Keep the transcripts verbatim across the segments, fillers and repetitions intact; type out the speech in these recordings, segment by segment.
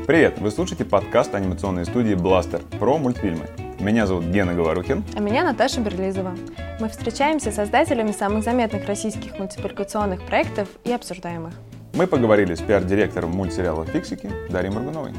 Привет! Вы слушаете подкаст анимационной студии Blaster про мультфильмы. Меня зовут Гена Говорухин. А меня Наташа Берлизова. Мы встречаемся с создателями самых заметных российских мультипликационных проектов и обсуждаем их. Мы поговорили с пиар-директором мультсериала «Фиксики» Дарьей Моргуновой.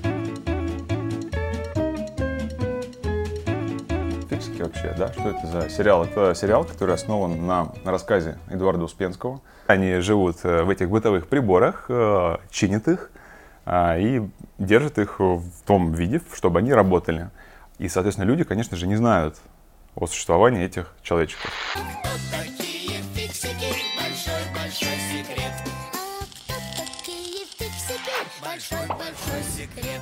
«Фиксики» вообще, да? Что это за сериал? Это сериал, который основан на рассказе Эдуарда Успенского. Они живут в этих бытовых приборах, чинят их и держат их в том виде, чтобы они работали. И, соответственно, люди, конечно же, не знают о существовании этих человечков. Кто такие фиксики? Большой-большой секрет. Кто такие фиксики? Большой-большой секрет.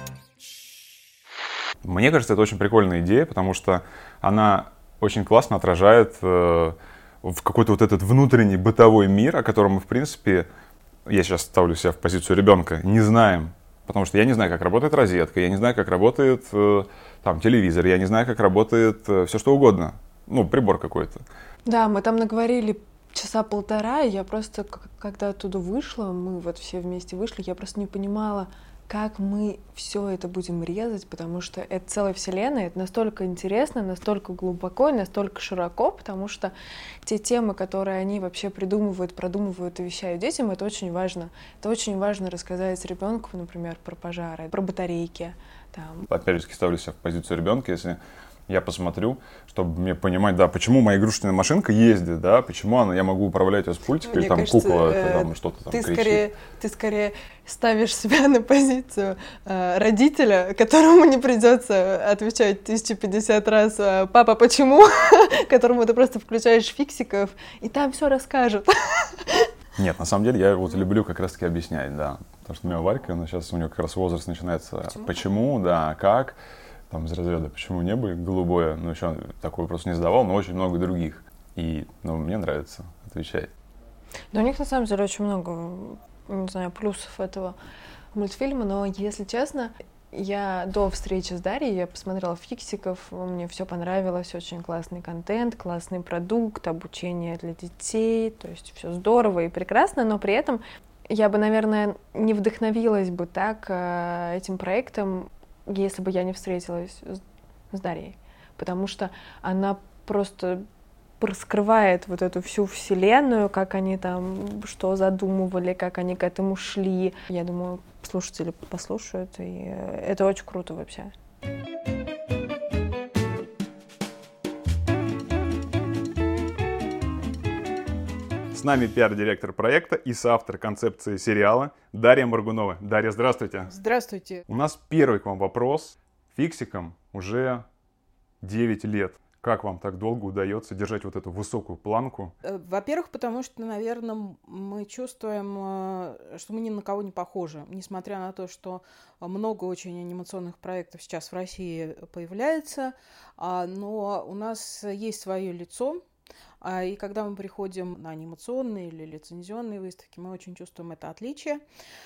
Мне кажется, это очень прикольная идея, потому что она очень классно отражает э, в какой-то вот этот внутренний бытовой мир, о котором мы, в принципе, я сейчас ставлю себя в позицию ребенка, не знаем. Потому что я не знаю, как работает розетка, я не знаю, как работает э, там, телевизор, я не знаю, как работает э, все что угодно. Ну, прибор какой-то. Да, мы там наговорили часа полтора, и я просто, когда оттуда вышла, мы вот все вместе вышли, я просто не понимала, как мы все это будем резать, потому что это целая вселенная, это настолько интересно, настолько глубоко и настолько широко, потому что те темы, которые они вообще придумывают, продумывают и вещают детям, это очень важно. Это очень важно рассказать ребенку, например, про пожары, про батарейки. Там. Опять же, ставлю себя в позицию ребенка, если я посмотрю, чтобы мне понимать, да, почему моя игрушечная машинка ездит, да, почему она, я могу управлять ее с пультика, или там кажется, кукла, это, там что-то там ты кричит. Скорее, ты скорее ставишь себя на позицию э, родителя, которому не придется отвечать тысячу пятьдесят раз э, «папа, почему?», которому ты просто включаешь фиксиков, и там все расскажут. Нет, на самом деле я вот люблю как раз-таки объяснять, да, потому что у меня Варька, она сейчас, у нее как раз возраст начинается «почему?», почему да, как, там из разряда «почему небо голубое?», ну еще такой вопрос не задавал, но очень много других, и, ну, мне нравится отвечать. Да, у них на самом деле очень много, не знаю, плюсов этого мультфильма, но, если честно, я до встречи с Дарьей, я посмотрела «Фиксиков», мне все понравилось, очень классный контент, классный продукт, обучение для детей, то есть все здорово и прекрасно, но при этом я бы, наверное, не вдохновилась бы так э, этим проектом, если бы я не встретилась с, с Дарьей, потому что она просто раскрывает вот эту всю вселенную, как они там, что задумывали, как они к этому шли. Я думаю, слушатели послушают, и это очень круто вообще. С нами пиар-директор проекта и соавтор концепции сериала Дарья Моргунова. Дарья, здравствуйте. Здравствуйте. У нас первый к вам вопрос. Фиксикам уже девять лет. Как вам так долго удается держать вот эту высокую планку? Во-первых, потому что, наверное, мы чувствуем, что мы ни на кого не похожи. Несмотря на то, что много очень анимационных проектов сейчас в России появляется, но у нас есть свое лицо. И когда мы приходим на анимационные или лицензионные выставки, мы очень чувствуем это отличие.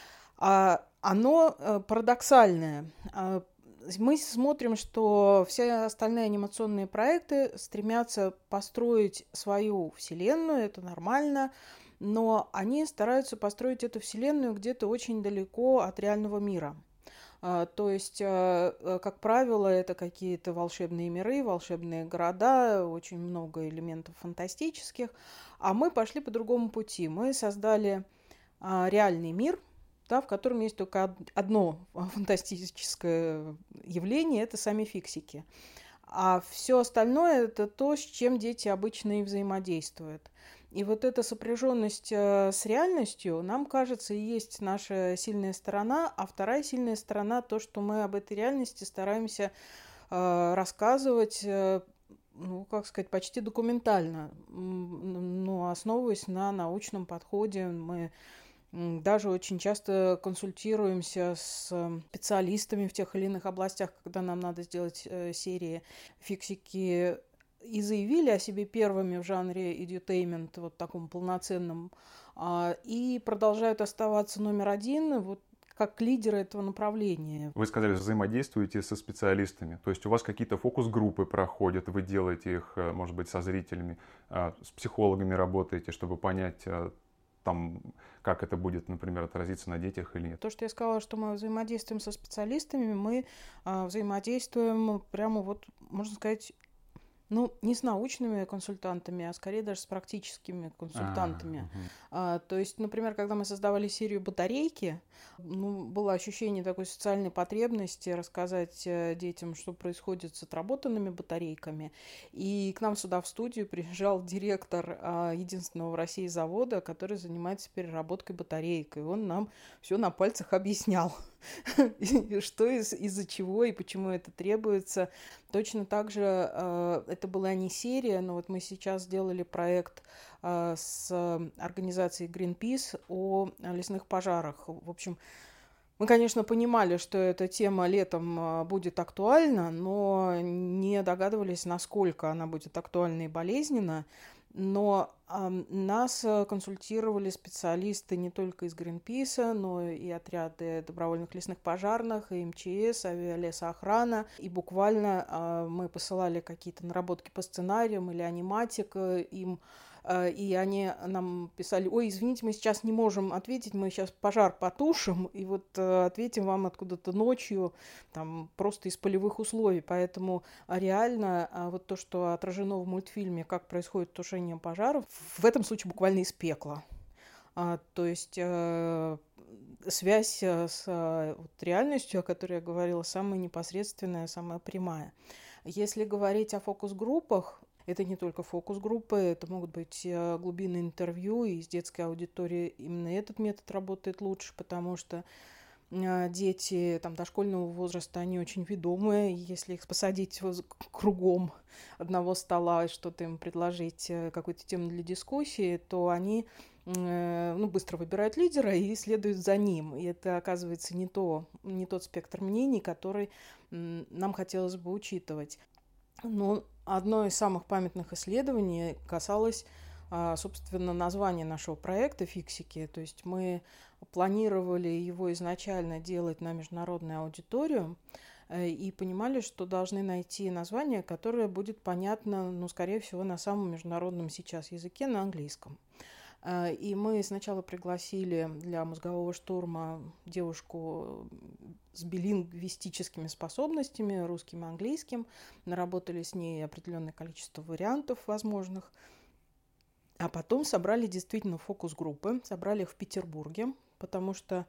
Оно парадоксальное. Мы смотрим, что все остальные анимационные проекты стремятся построить свою вселенную, это нормально, но они стараются построить эту вселенную где-то очень далеко от реального мира. То есть, как правило, это какие-то волшебные миры, волшебные города, очень много элементов фантастических, а мы пошли по другому пути. Мы создали реальный мир, да, в котором есть только одно фантастическое явление – это сами фиксики. А все остальное – это то, с чем дети обычно и взаимодействуют. И вот эта сопряженность с реальностью, нам кажется, и есть наша сильная сторона, а вторая сильная сторона – то, что мы об этой реальности стараемся э, рассказывать, э, ну, как сказать, почти документально, ну, основываясь на научном подходе. Мы даже очень часто консультируемся с специалистами в тех или иных областях, когда нам надо сделать э, серии. Фиксики и заявили о себе первыми в жанре edutainment, вот таком полноценном, э, и продолжают оставаться номер один, вот как лидеры этого направления. Вы сказали, взаимодействуете со специалистами, то есть у вас какие-то фокус-группы проходят, вы делаете их, может быть, со зрителями, с психологами работаете, чтобы понять там, как это будет, например, отразиться на детях или нет? То, что я сказала, что мы взаимодействуем со специалистами, мы а, взаимодействуем прямо вот, можно сказать, ну, не с научными консультантами, а скорее даже с практическими консультантами. А, А, то есть, например, когда мы создавали серию «Батарейки», ну, было ощущение такой социальной потребности рассказать э, детям, что происходит с отработанными батарейками. И к нам сюда в студию приезжал директор а, единственного в России завода, который занимается переработкой батареек. И он нам все на пальцах объяснял, что из-за чего и почему это требуется. Точно так же э, это была не серия, но вот мы сейчас сделали проект э, с организацией Greenpeace о лесных пожарах. В общем, мы, конечно, понимали, что эта тема летом э, будет актуальна, но не догадывались, насколько она будет актуальна и болезненна. Но э, нас консультировали специалисты не только из Гринписа, но и отряды добровольных лесных пожарных, и эм че эс, авиалесоохрана. И буквально э, мы посылали какие-то наработки по сценариям или аниматик им, э, и они нам писали: ой, извините, мы сейчас не можем ответить, мы сейчас пожар потушим, и вот э, ответим вам откуда-то ночью, там, просто из полевых условий. Поэтому реально э, вот то, что отражено в мультфильме, как происходит тушение пожаров, в этом случае буквально из пекла. А, то есть э, связь с э, вот, реальностью, о которой я говорила, самая непосредственная, самая прямая. Если говорить о фокус-группах, это не только фокус-группы, это могут быть э, глубинные интервью, и из детской аудитории именно этот метод работает лучше, потому что дети там, дошкольного возраста, они очень ведомые. Если их посадить кругом одного стола и что-то им предложить, какую-то тему для дискуссии, то они ну, быстро выбирают лидера и следуют за ним. И это, оказывается, не, то, не тот спектр мнений, который нам хотелось бы учитывать. Но одно из самых памятных исследований касалось, собственно, название нашего проекта «Фиксики». То есть мы планировали его изначально делать на международную аудиторию и понимали, что должны найти название, которое будет понятно, ну, скорее всего, на самом международном сейчас языке, на английском. И мы сначала пригласили для мозгового штурма девушку с билингвистическими способностями, русским и английским. Наработали с ней определенное количество вариантов возможных. А потом собрали действительно фокус-группы, собрали их в Петербурге, потому что,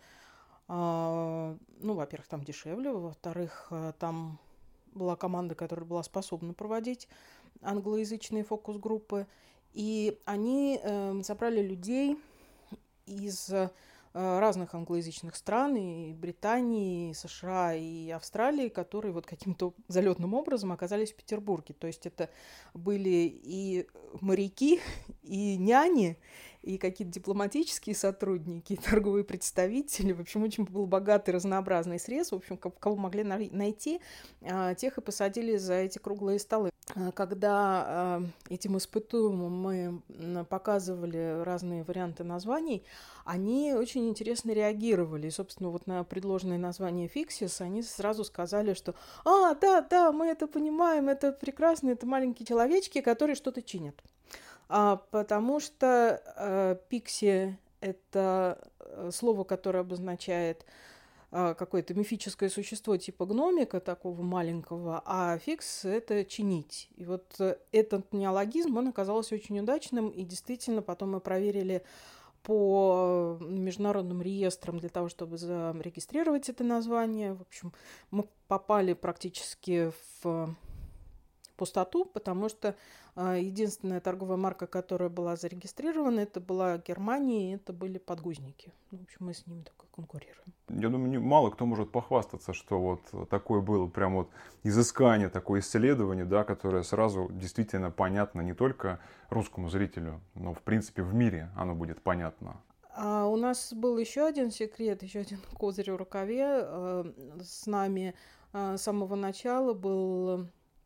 э, ну, во-первых, там дешевле, во-вторых, э, там была команда, которая была способна проводить англоязычные фокус-группы, и они э, собрали людей из э, разных англоязычных стран, и Британии, и США, и Австралии, которые вот каким-то залетным образом оказались в Петербурге. То есть это были и моряки, и няни, и какие-то дипломатические сотрудники, и торговые представители. В общем, очень был богатый, разнообразный срез. В общем, кого могли найти, тех и посадили за эти круглые столы. Когда этим испытуемым мы показывали разные варианты названий, они очень интересно реагировали. И, собственно, вот на предложенное название «Фиксис» они сразу сказали, что «А, да, да, мы это понимаем, это прекрасно, это маленькие человечки, которые что-то чинят». А, потому что э, «пикси» — это слово, которое обозначает какое-то мифическое существо типа гномика, такого маленького, а фикс — это чинить. И вот этот неологизм, он оказался очень удачным, и действительно потом мы проверили по международным реестрам для того, чтобы зарегистрировать это название. В общем, мы попали практически в пустоту, потому что э, единственная торговая марка, которая была зарегистрирована, это была Германия, и это были подгузники. Ну, в общем, мы с ними только конкурируем. Я думаю, мало кто может похвастаться, что вот такое было прям вот изыскание, такое исследование, да, которое сразу действительно понятно не только русскому зрителю, но в принципе в мире оно будет понятно. А у нас был еще один секрет, еще один козырь в рукаве. С нами с самого начала был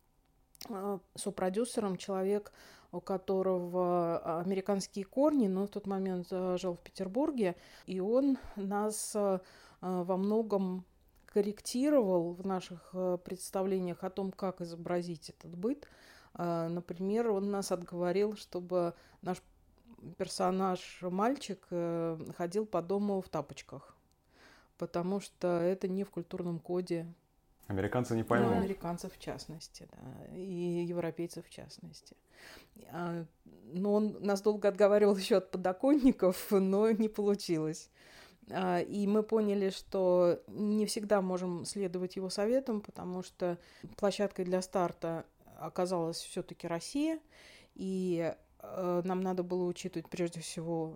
сопродюсером человек, у которого американские корни, но в тот момент жил в Петербурге, и он нас во многом корректировал в наших представлениях о том, как изобразить этот быт. Например, он нас отговорил, чтобы наш персонаж, мальчик, э, ходил по дому в тапочках, потому что это не в культурном коде. Американцы не Ну, поймут. американцев в частности, да, и европейцев в частности. А, Но он нас долго отговаривал еще от подоконников, но не получилось. А, И мы поняли, что не всегда можем следовать его советам, потому что площадкой для старта оказалась все-таки Россия, и э, нам надо было учитывать прежде всего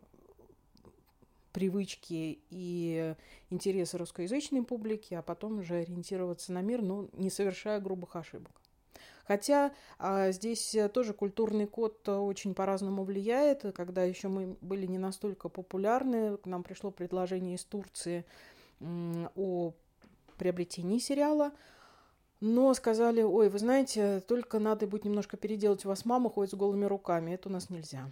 привычки и интересы русскоязычной публики, а потом уже ориентироваться на мир, но не совершая грубых ошибок. Хотя а, здесь тоже культурный код очень по-разному влияет. Когда еще мы были не настолько популярны, к нам пришло предложение из Турции м, о приобретении сериала. Но сказали: ой, вы знаете, только надо будет немножко переделать, у вас мама ходит с голыми руками, это у нас нельзя.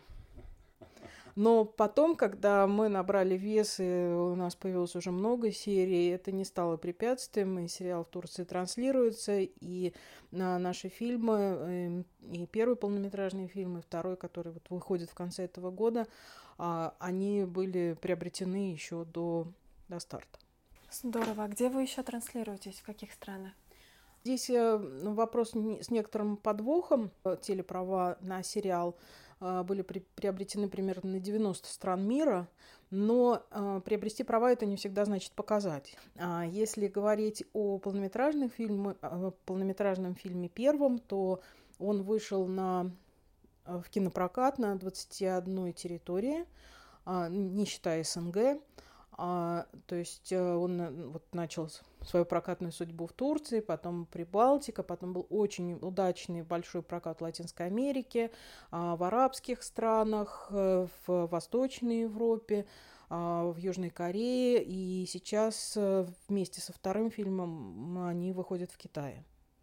Но потом, когда мы набрали вес, и у нас появилось уже много серий, это не стало препятствием, и сериал в Турции транслируется, и наши фильмы, и первый полнометражный фильм, и второй, который вот выходит в конце этого года, они были приобретены еще до, до старта. Здорово. А где вы еще транслируетесь? В каких странах? Здесь вопрос с некоторым подвохом. Телеправа на сериал были приобретены примерно на девяносто стран мира, но приобрести права это не всегда значит показать. Если говорить о полнометражном фильме, о полнометражном фильме первом, то он вышел на, в кинопрокат на двадцати одной территории, не считая СНГ. А, то есть он вот начал свою прокатную судьбу в Турции, потом Прибалтика, потом был очень удачный большой прокат в Латинской Америке, а, в арабских странах, в Восточной Европе, а, в Южной Корее, и сейчас вместе со вторым фильмом они выходят в Китае.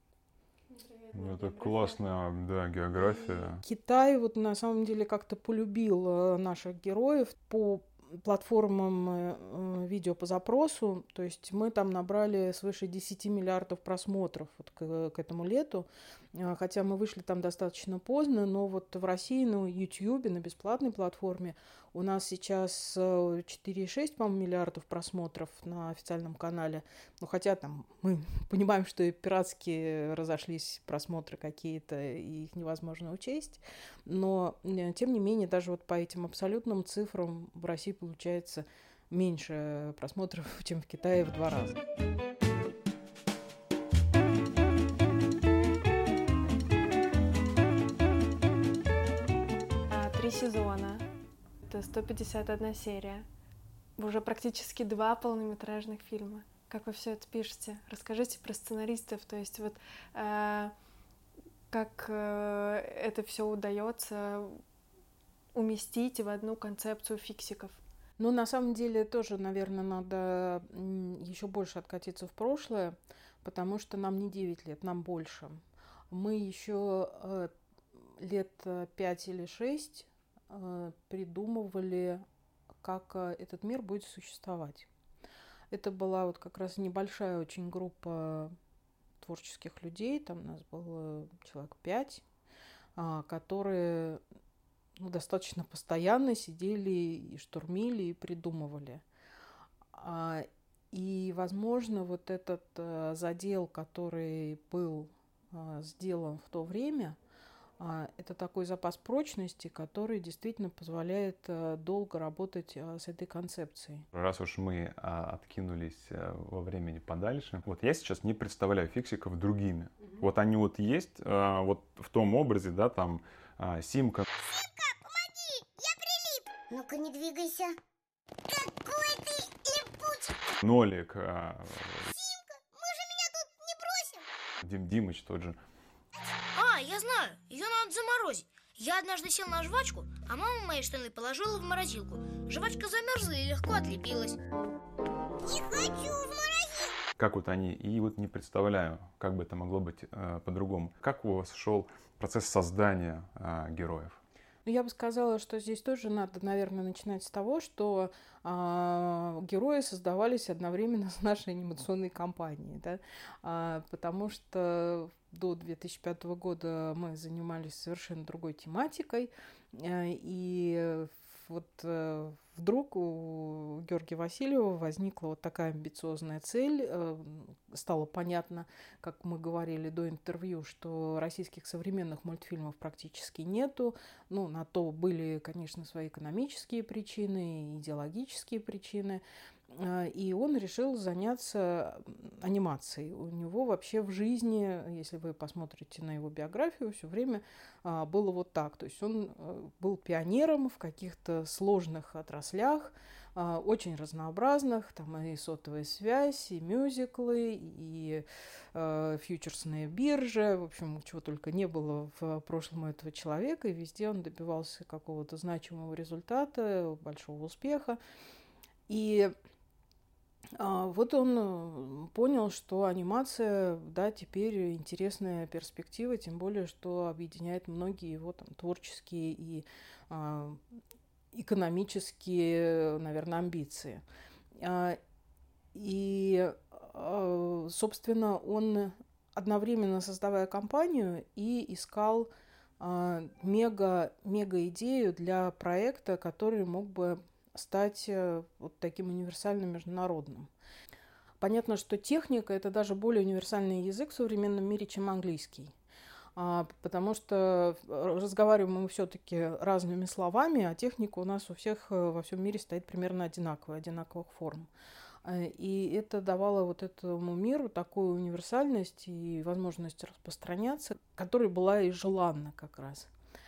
Ну, это классная, да, география. Китай вот на самом деле как-то полюбил наших героев по платформам видео по запросу, то есть мы там набрали свыше десяти миллиардов просмотров вот к, к этому лету, хотя мы вышли там достаточно поздно, но вот в России на YouTube, на бесплатной платформе у нас сейчас четыре и шесть, по-моему, миллиардов просмотров на официальном канале, ну хотя там мы понимаем, что и пиратские разошлись просмотры какие-то, и их невозможно учесть, но тем не менее даже вот по этим абсолютным цифрам в России получается меньше просмотров, чем в Китае, в два раза. Три сезона. Это сто пятьдесят одна серия. Уже практически два полнометражных фильма. Как вы все это пишете? Расскажите про сценаристов. То есть вот э, как э, это все удается уместить в одну концепцию фиксиков? Ну, на самом деле, тоже, наверное, надо еще больше откатиться в прошлое, потому что нам не девять лет, нам больше. Мы еще лет пять или шесть придумывали, как этот мир будет существовать. Это была вот как раз небольшая очень группа творческих людей, там у нас было человек пять, которые... Ну, достаточно постоянно сидели и штурмили, и придумывали. И, возможно, вот этот задел, который был сделан в то время, это такой запас прочности, который действительно позволяет долго работать с этой концепцией. Раз уж мы откинулись во времени подальше, вот я сейчас не представляю фиксиков другими. Mm-hmm. Вот они вот есть, вот в том образе, да, там Симка. Ну-ка, не двигайся. Какой ты липучий! Нолик. Симка, мы же меня тут не бросим. Дим Димыч тот же. А, я знаю, ее надо заморозить. Я однажды сел на жвачку, а мама мои штаны положила в морозилку. Жвачка замерзла и легко отлепилась. Не хочу в морозилку. Как вот они, и вот не представляю, как бы это могло быть э, по-другому. Как у вас шел процесс создания э, героев? Ну, я бы сказала, что здесь тоже надо, наверное, начинать с того, что э, герои создавались одновременно с нашей анимационной компанией, да? а, потому что до две тысячи пятого года мы занимались совершенно другой тематикой, э, и вот э, вдруг у Георгия Васильева возникла вот такая амбициозная цель. Э, стало понятно, как мы говорили до интервью, что российских современных мультфильмов практически нету. Ну, на то были, конечно, свои экономические причины, идеологические причины. И он решил заняться анимацией. У него вообще в жизни, если вы посмотрите на его биографию, все время было вот так. То есть он был пионером в каких-то сложных отраслях, очень разнообразных. Там и сотовая связь, и мюзиклы, и фьючерсная биржа. В общем, чего только не было в прошлом у этого человека. И везде он добивался какого-то значимого результата, большого успеха. И вот он понял, что анимация, да, теперь интересная перспектива, тем более, что объединяет многие его там творческие и а, экономические, наверное, амбиции. А, и, а, собственно, он одновременно, создавая компанию, и искал а, мега, мега идею для проекта, который мог бы стать вот таким универсальным международным. Понятно, что техника – это даже более универсальный язык в современном мире, чем английский. Потому что разговариваем мы все-таки разными словами, а техника у нас у всех во всем мире стоит примерно одинаковая, одинаковых форм. И это давало вот этому миру такую универсальность и возможность распространяться, которая была и желанна как раз.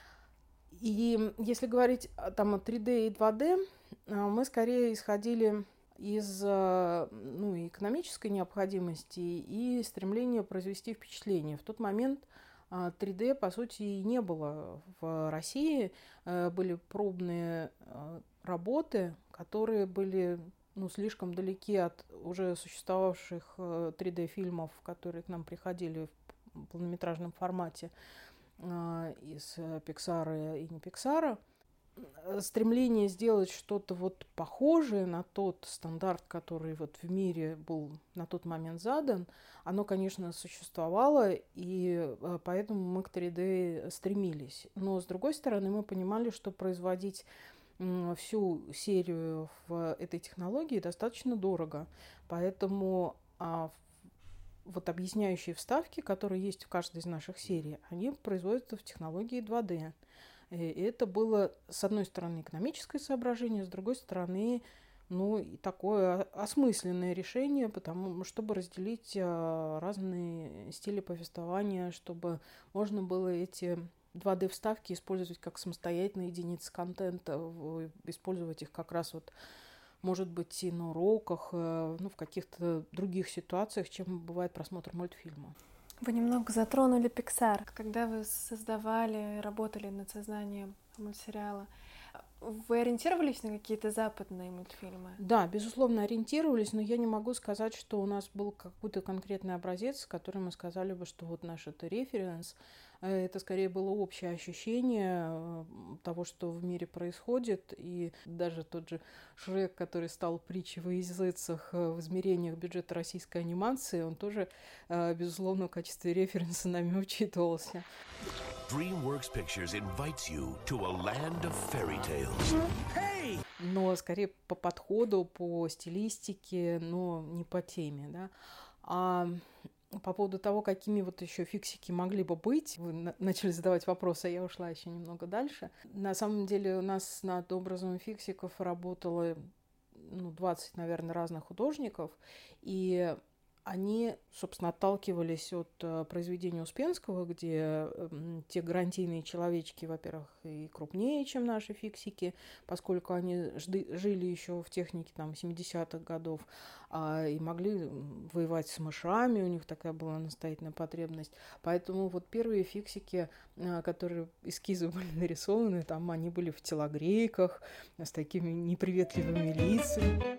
И если говорить там о три дэ и два дэ, мы скорее исходили из ну, экономической необходимости и стремления произвести впечатление. В тот момент три дэ, по сути, и не было в России. Были пробные работы, которые были ну, слишком далеки от уже существовавших три дэ-фильмов, которые к нам приходили в полнометражном формате из Пиксара и не Пиксара. Стремление сделать что-то вот похожее на тот стандарт, который вот в мире был на тот момент задан, оно, конечно, существовало, и поэтому мы к три дэ стремились. Но, с другой стороны, мы понимали, что производить всю серию в этой технологии достаточно дорого. Поэтому вот объясняющие вставки, которые есть в каждой из наших серий, они производятся в технологии два дэ. И это было, с одной стороны, экономическое соображение, с другой стороны, ну, и такое осмысленное решение, потому, чтобы разделить разные стили повествования, чтобы можно было эти два дэ-вставки использовать как самостоятельные единицы контента, использовать их как раз вот может быть, и на уроках, ну, в каких-то других ситуациях, чем бывает просмотр мультфильма. Вы немного затронули Pixar. Когда вы создавали, работали над созданием мультсериала, вы ориентировались на какие-то западные мультфильмы? Да, безусловно, ориентировались, но я не могу сказать, что у нас был какой-то конкретный образец, который мы сказали бы, что вот наш это референс. Это скорее было общее ощущение того, что в мире происходит. И даже тот же Шрек, который стал притчей во языцах в измерениях бюджета российской анимации, он тоже, безусловно, в качестве референса нами учитывался. DreamWorks Pictures invites you to a land of fairy tales. Hey! Но скорее по подходу, по стилистике, но не по теме, да. А по поводу того, какими вот еще фиксики могли бы быть, вы начали задавать вопросы, а я ушла еще немного дальше. На самом деле у нас над образом фиксиков работало ну, двадцать, наверное, разных художников, и они, собственно, отталкивались от э, произведения Успенского, где э, те гарантийные человечки, во-первых, и крупнее, чем наши фиксики, поскольку они жды, жили еще в технике там, семидесятых годов э, и могли воевать с мышами, у них такая была настоятельная потребность. Поэтому вот первые фиксики, э, которые эскизы были нарисованы, там они были в телогрейках, с такими неприветливыми лицами.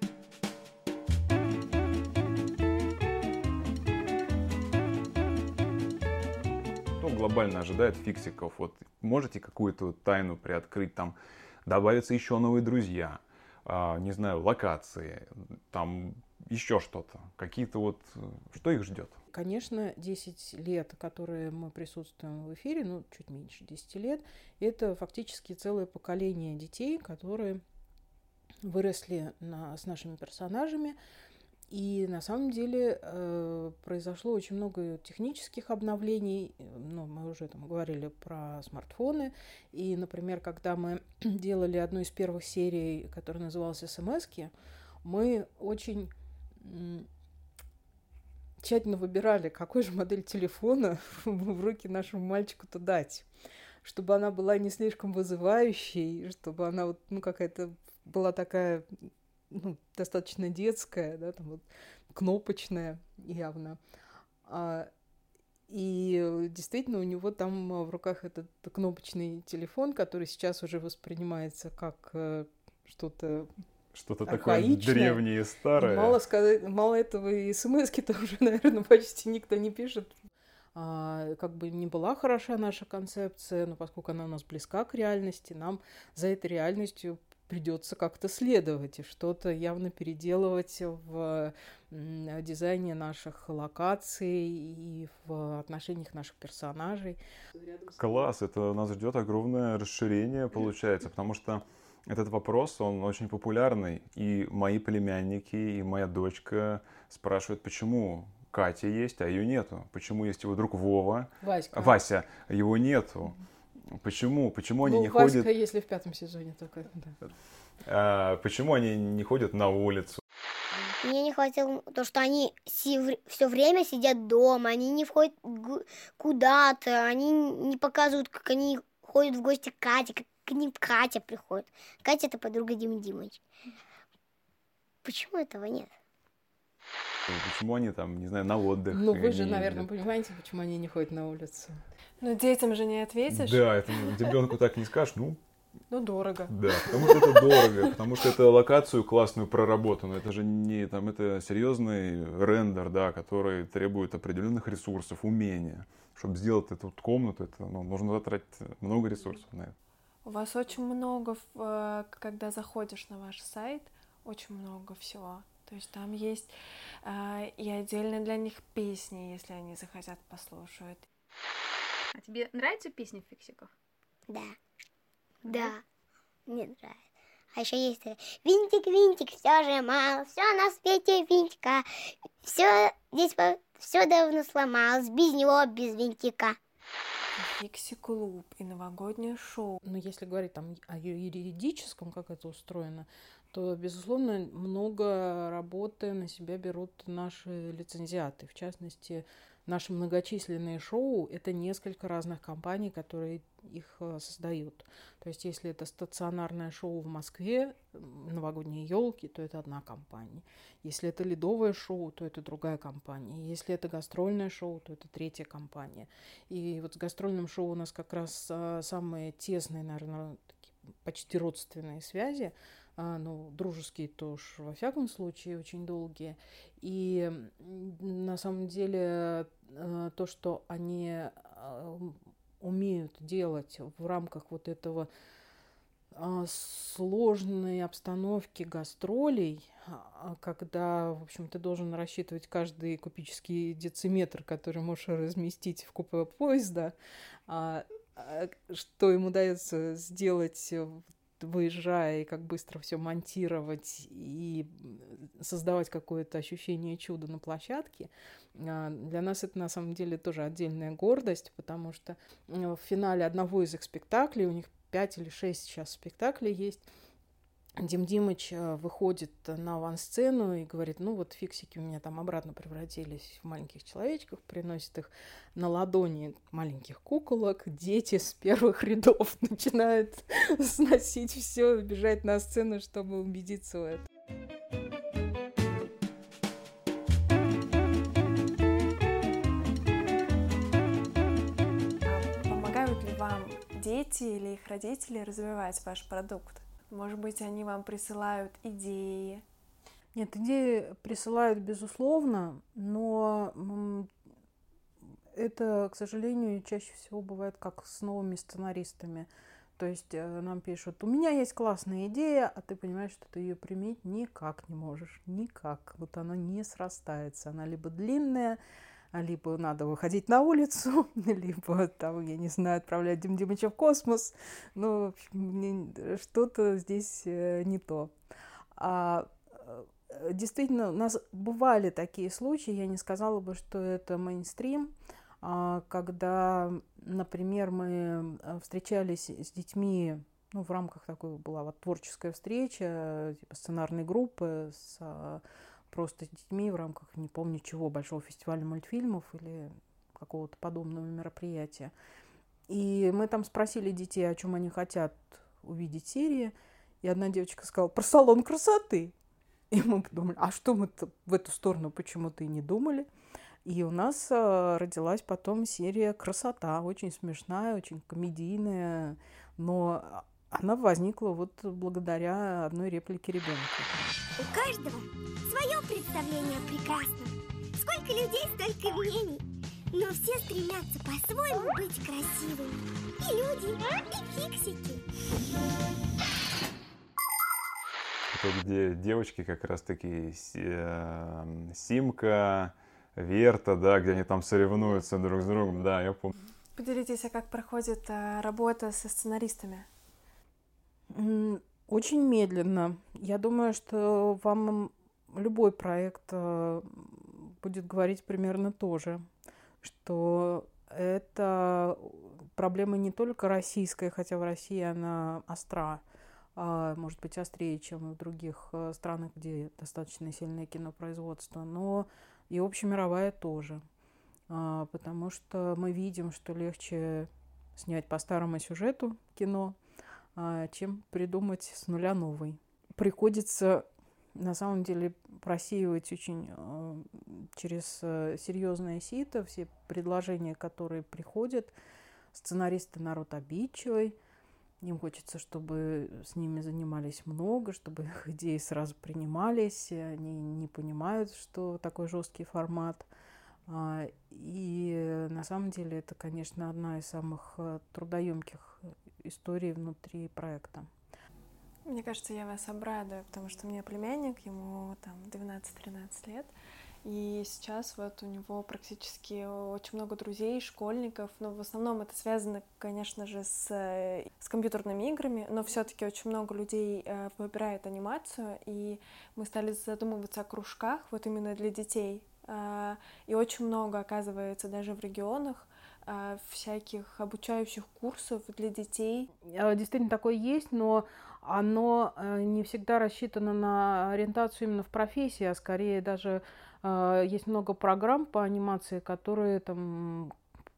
Глобально ожидает фиксиков? Вот можете какую-то тайну приоткрыть? Там добавятся еще новые друзья, а, не знаю, локации, там еще что-то? Какие-то вот... Что их ждет? Конечно, десять лет, которые мы присутствуем в эфире, ну, чуть меньше десяти лет, это фактически целое поколение детей, которые выросли на, с нашими персонажами. И на самом деле э, произошло очень много технических обновлений. Ну, мы уже там говорили про смартфоны. И, например, когда мы делали одну из первых серий, которая называлась «СМСки», мы очень м, тщательно выбирали, какой же модель телефона в руки нашему мальчику-то дать, чтобы она была не слишком вызывающей, чтобы она вот, ну, какая-то была такая... Ну, достаточно детская, да, там вот кнопочная явно. А, и действительно у него там в руках этот кнопочный телефон, который сейчас уже воспринимается как э, что-то Что-то такое древнее и старое. И мало, сказать, мало этого, и смс-ки-то уже, наверное, почти никто не пишет. А, как бы не была хороша наша концепция, но поскольку она у нас близка к реальности, нам за этой реальностью придется как-то следовать и что-то явно переделывать в дизайне наших локаций и в отношениях наших персонажей. Класс, это нас ждет огромное расширение, получается, потому что этот вопрос, он очень популярный. И мои племянники, и моя дочка спрашивают, почему Катя есть, а ее нету. Почему есть его друг Вова, Васька. Вася, его нету. Почему? Почему они ну, не Васька, ходят... если в пятом сезоне только. Да. А, почему они не ходят на улицу? Мне не хватило то, что они все время сидят дома, они не входят куда-то, они не показывают, как они ходят в гости к Кате, как к ним Катя приходит. Катя — это подруга Димы Димыча. Почему этого нет? Почему они там, не знаю, на отдых? Ну, вы же, не наверное, ездят? понимаете, почему они не ходят на улицу. Ну, детям же не ответишь. Да, это ребенку так не скажешь, ну, Ну, дорого. да, потому что это дорого, потому что это локацию классную проработанную, это же не, там, это серьезный рендер, да, который требует определенных ресурсов, умения. Чтобы сделать эту комнату, это, ну, нужно затратить много ресурсов на это. У вас очень много, в- когда заходишь на ваш сайт, очень много всего. То есть там есть э, и отдельно для них песни, если они захотят, послушают. А тебе нравятся песни фиксиков? Да. Да. Мне нравится. А еще есть такая: винтик, винтик, все же мало, все на свете винтика, все здесь все давно сломалось, без него, без винтика. Фикси-клуб и новогоднее шоу. Но если говорить там о юридическом, как это устроено, то, безусловно, много работы на себя берут наши лицензиаты. В частности, наши многочисленные шоу – это несколько разных компаний, которые их создают. То есть, если это стационарное шоу в Москве, новогодние елки, то это одна компания. Если это ледовое шоу, то это другая компания. Если это гастрольное шоу, то это третья компания. И вот с гастрольным шоу у нас как раз а, самые тесные, наверное, такие почти родственные связи. А, ну, дружеские тоже, во всяком случае, очень долгие. И на самом деле то, что они умеют делать в рамках вот этого сложной обстановки гастролей, когда, в общем, ты должен рассчитывать каждый кубический дециметр, который можешь разместить в купе поезда, что им удается сделать, выезжая, и как быстро все монтировать и создавать какое-то ощущение чуда на площадке. Для нас это на самом деле тоже отдельная гордость, потому что в финале одного из их спектаклей, у них пять или шесть сейчас спектаклей есть, Дим Димыч выходит на авансцену и говорит: ну вот фиксики у меня там обратно превратились в маленьких человечков, приносит их на ладони маленьких куколок, дети с первых рядов начинают сносить все, бежать на сцену, чтобы убедиться в этом. Помогают ли вам дети или их родители развивать ваш продукт? Может быть, они вам присылают идеи? Нет, идеи присылают, безусловно, но это, к сожалению, чаще всего бывает как с новыми сценаристами. То есть нам пишут: у меня есть классная идея, а ты понимаешь, что ты ее применить никак не можешь. Никак. Вот она не срастается. Она либо длинная, либо надо выходить на улицу, либо там, я не знаю, отправлять Дим Димыча в космос. Ну, в общем, что-то здесь не то. А действительно, у нас бывали такие случаи, я не сказала бы, что это мейнстрим, когда, например, мы встречались с детьми, ну, в рамках такой была вот творческая встреча, типа сценарной группы, с просто с детьми в рамках, не помню чего, большого фестиваля мультфильмов или какого-то подобного мероприятия. И мы там спросили детей, о чем они хотят увидеть серии, и одна девочка сказала: про салон красоты. И мы подумали, а что мы в эту сторону почему-то и не думали. И у нас родилась потом серия «Красота», очень смешная, очень комедийная, но она возникла вот благодаря одной реплике ребенка. У каждого свое представление о прекрасном. Сколько людей, столько мнений. Но все стремятся по-своему быть красивыми. И люди, и фиксики. Это где девочки как раз-таки Симка, Верта, да, где они там соревнуются друг с другом, да, я помню. Поделитесь, а как проходит а, работа со сценаристами? Очень медленно. Я думаю, что вам любой проект будет говорить примерно то же, что это проблема не только российская, хотя в России она остра, а может быть острее, чем в других странах, где достаточно сильное кинопроизводство, но и общемировая тоже. Потому что мы видим, что легче снять по старому сюжету кино, чем придумать с нуля новый. Приходится, на самом деле, просеивать очень э, через серьезное сито все предложения, которые приходят. Сценаристы народ обидчивый. Им хочется, чтобы с ними занимались много, чтобы их идеи сразу принимались. Они не понимают, что такой жесткий формат. И на самом деле это, конечно, одна из самых трудоемких историй внутри проекта. Мне кажется, я вас обрадую, потому что у меня племянник, ему там двенадцать-тринадцать лет, и сейчас вот у него практически очень много друзей, школьников, но в основном это связано, конечно же, с, с компьютерными играми, но все-таки очень много людей э, выбирает анимацию, и мы стали задумываться о кружках вот именно для детей, э, и очень много, оказывается, даже в регионах, всяких обучающих курсов для детей. Действительно такое есть, но оно не всегда рассчитано на ориентацию именно в профессии, а скорее даже есть много программ по анимации, которые там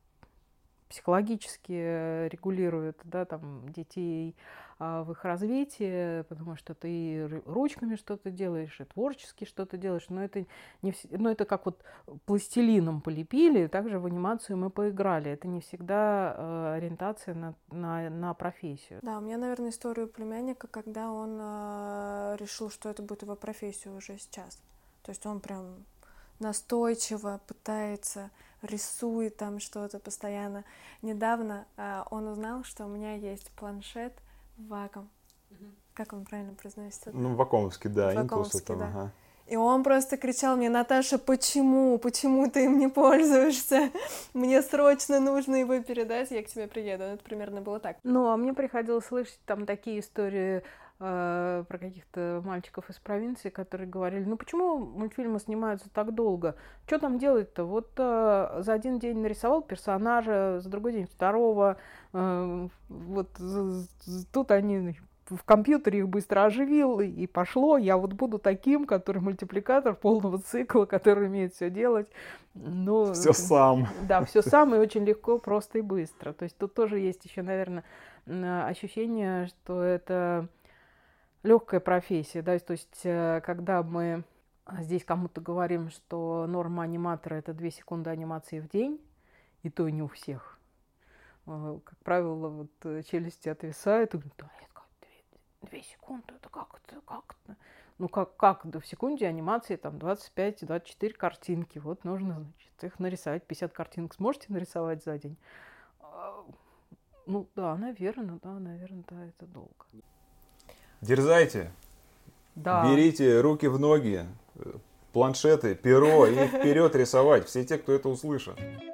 психологически регулируют, да, там, детей а, в их развитии, потому что ты и ручками что-то делаешь, и творчески что-то делаешь, но это, не вс... но это как вот пластилином полепили, также в анимацию мы поиграли. Это не всегда э, ориентация на, на, на профессию. Да, у меня, наверное, история племянника, когда он э, решил, что это будет его профессия уже сейчас. То есть он прям настойчиво пытается, рисует там что-то постоянно. Недавно э, он узнал, что у меня есть планшет Wacom. Mm-hmm. Как он правильно произносится? Ну, вакомовский, да, Вакомовский, импульс. да. Ага. И он просто кричал мне: Наташа, почему? Почему ты им не пользуешься? Мне срочно нужно его передать, я к тебе приеду. Это примерно было так. Ну, а мне приходилось слышать там такие истории э, про каких-то мальчиков из провинции, которые говорили: ну почему мультфильмы снимаются так долго? Что там делать-то? Вот э, за один день нарисовал персонажа, за другой день второго. Э, вот з- з- тут они... в компьютере их быстро оживил, и пошло. Я вот буду таким, который мультипликатор полного цикла, который умеет все делать. Но, все сам. Да, все сам, и очень легко, просто и быстро. То есть тут тоже есть еще, наверное, ощущение, что это легкая профессия. Да? То есть когда мы здесь кому-то говорим, что норма аниматора — это две секунды анимации в день, и то не у всех. Как правило, вот челюсти отвисают, и говорят: да, Две секунды, это как это, как это? Ну, как, как, да в секунде анимации там двадцать пять - двадцать четыре картинки. Вот нужно, значит, их нарисовать. пятьдесят картинок сможете нарисовать за день? Ну да, наверное, да, наверное, да, это долго. Дерзайте. Да. Берите руки в ноги, планшеты, перо и вперед рисовать. Все те, кто это услышит.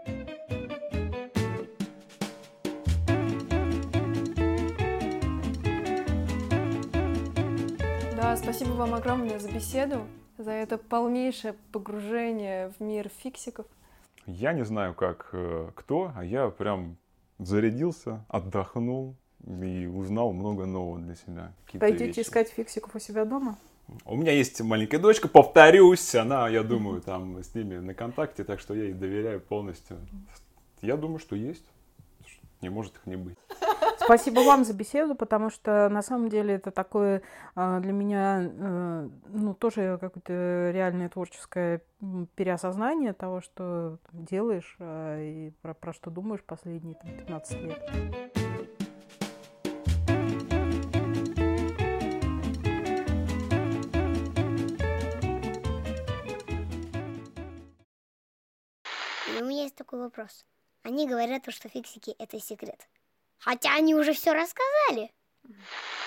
Да, спасибо вам огромное за беседу, за это полнейшее погружение в мир фиксиков. Я не знаю, как э, кто, а я прям зарядился, отдохнул и узнал много нового для себя. Пойдете вещи. искать фиксиков у себя дома? У меня есть маленькая дочка, повторюсь, она, я думаю, там с ними на контакте, так что я ей доверяю полностью. Я думаю, что есть. Не может их не быть. Спасибо вам за беседу, потому что на самом деле это такое э, для меня, э, ну, тоже какое-то реальное творческое переосознание того, что делаешь э, и про, про что думаешь последние там, пятнадцать лет. И у меня есть такой вопрос. Они говорят, что фиксики — это секрет. Хотя они уже все рассказали.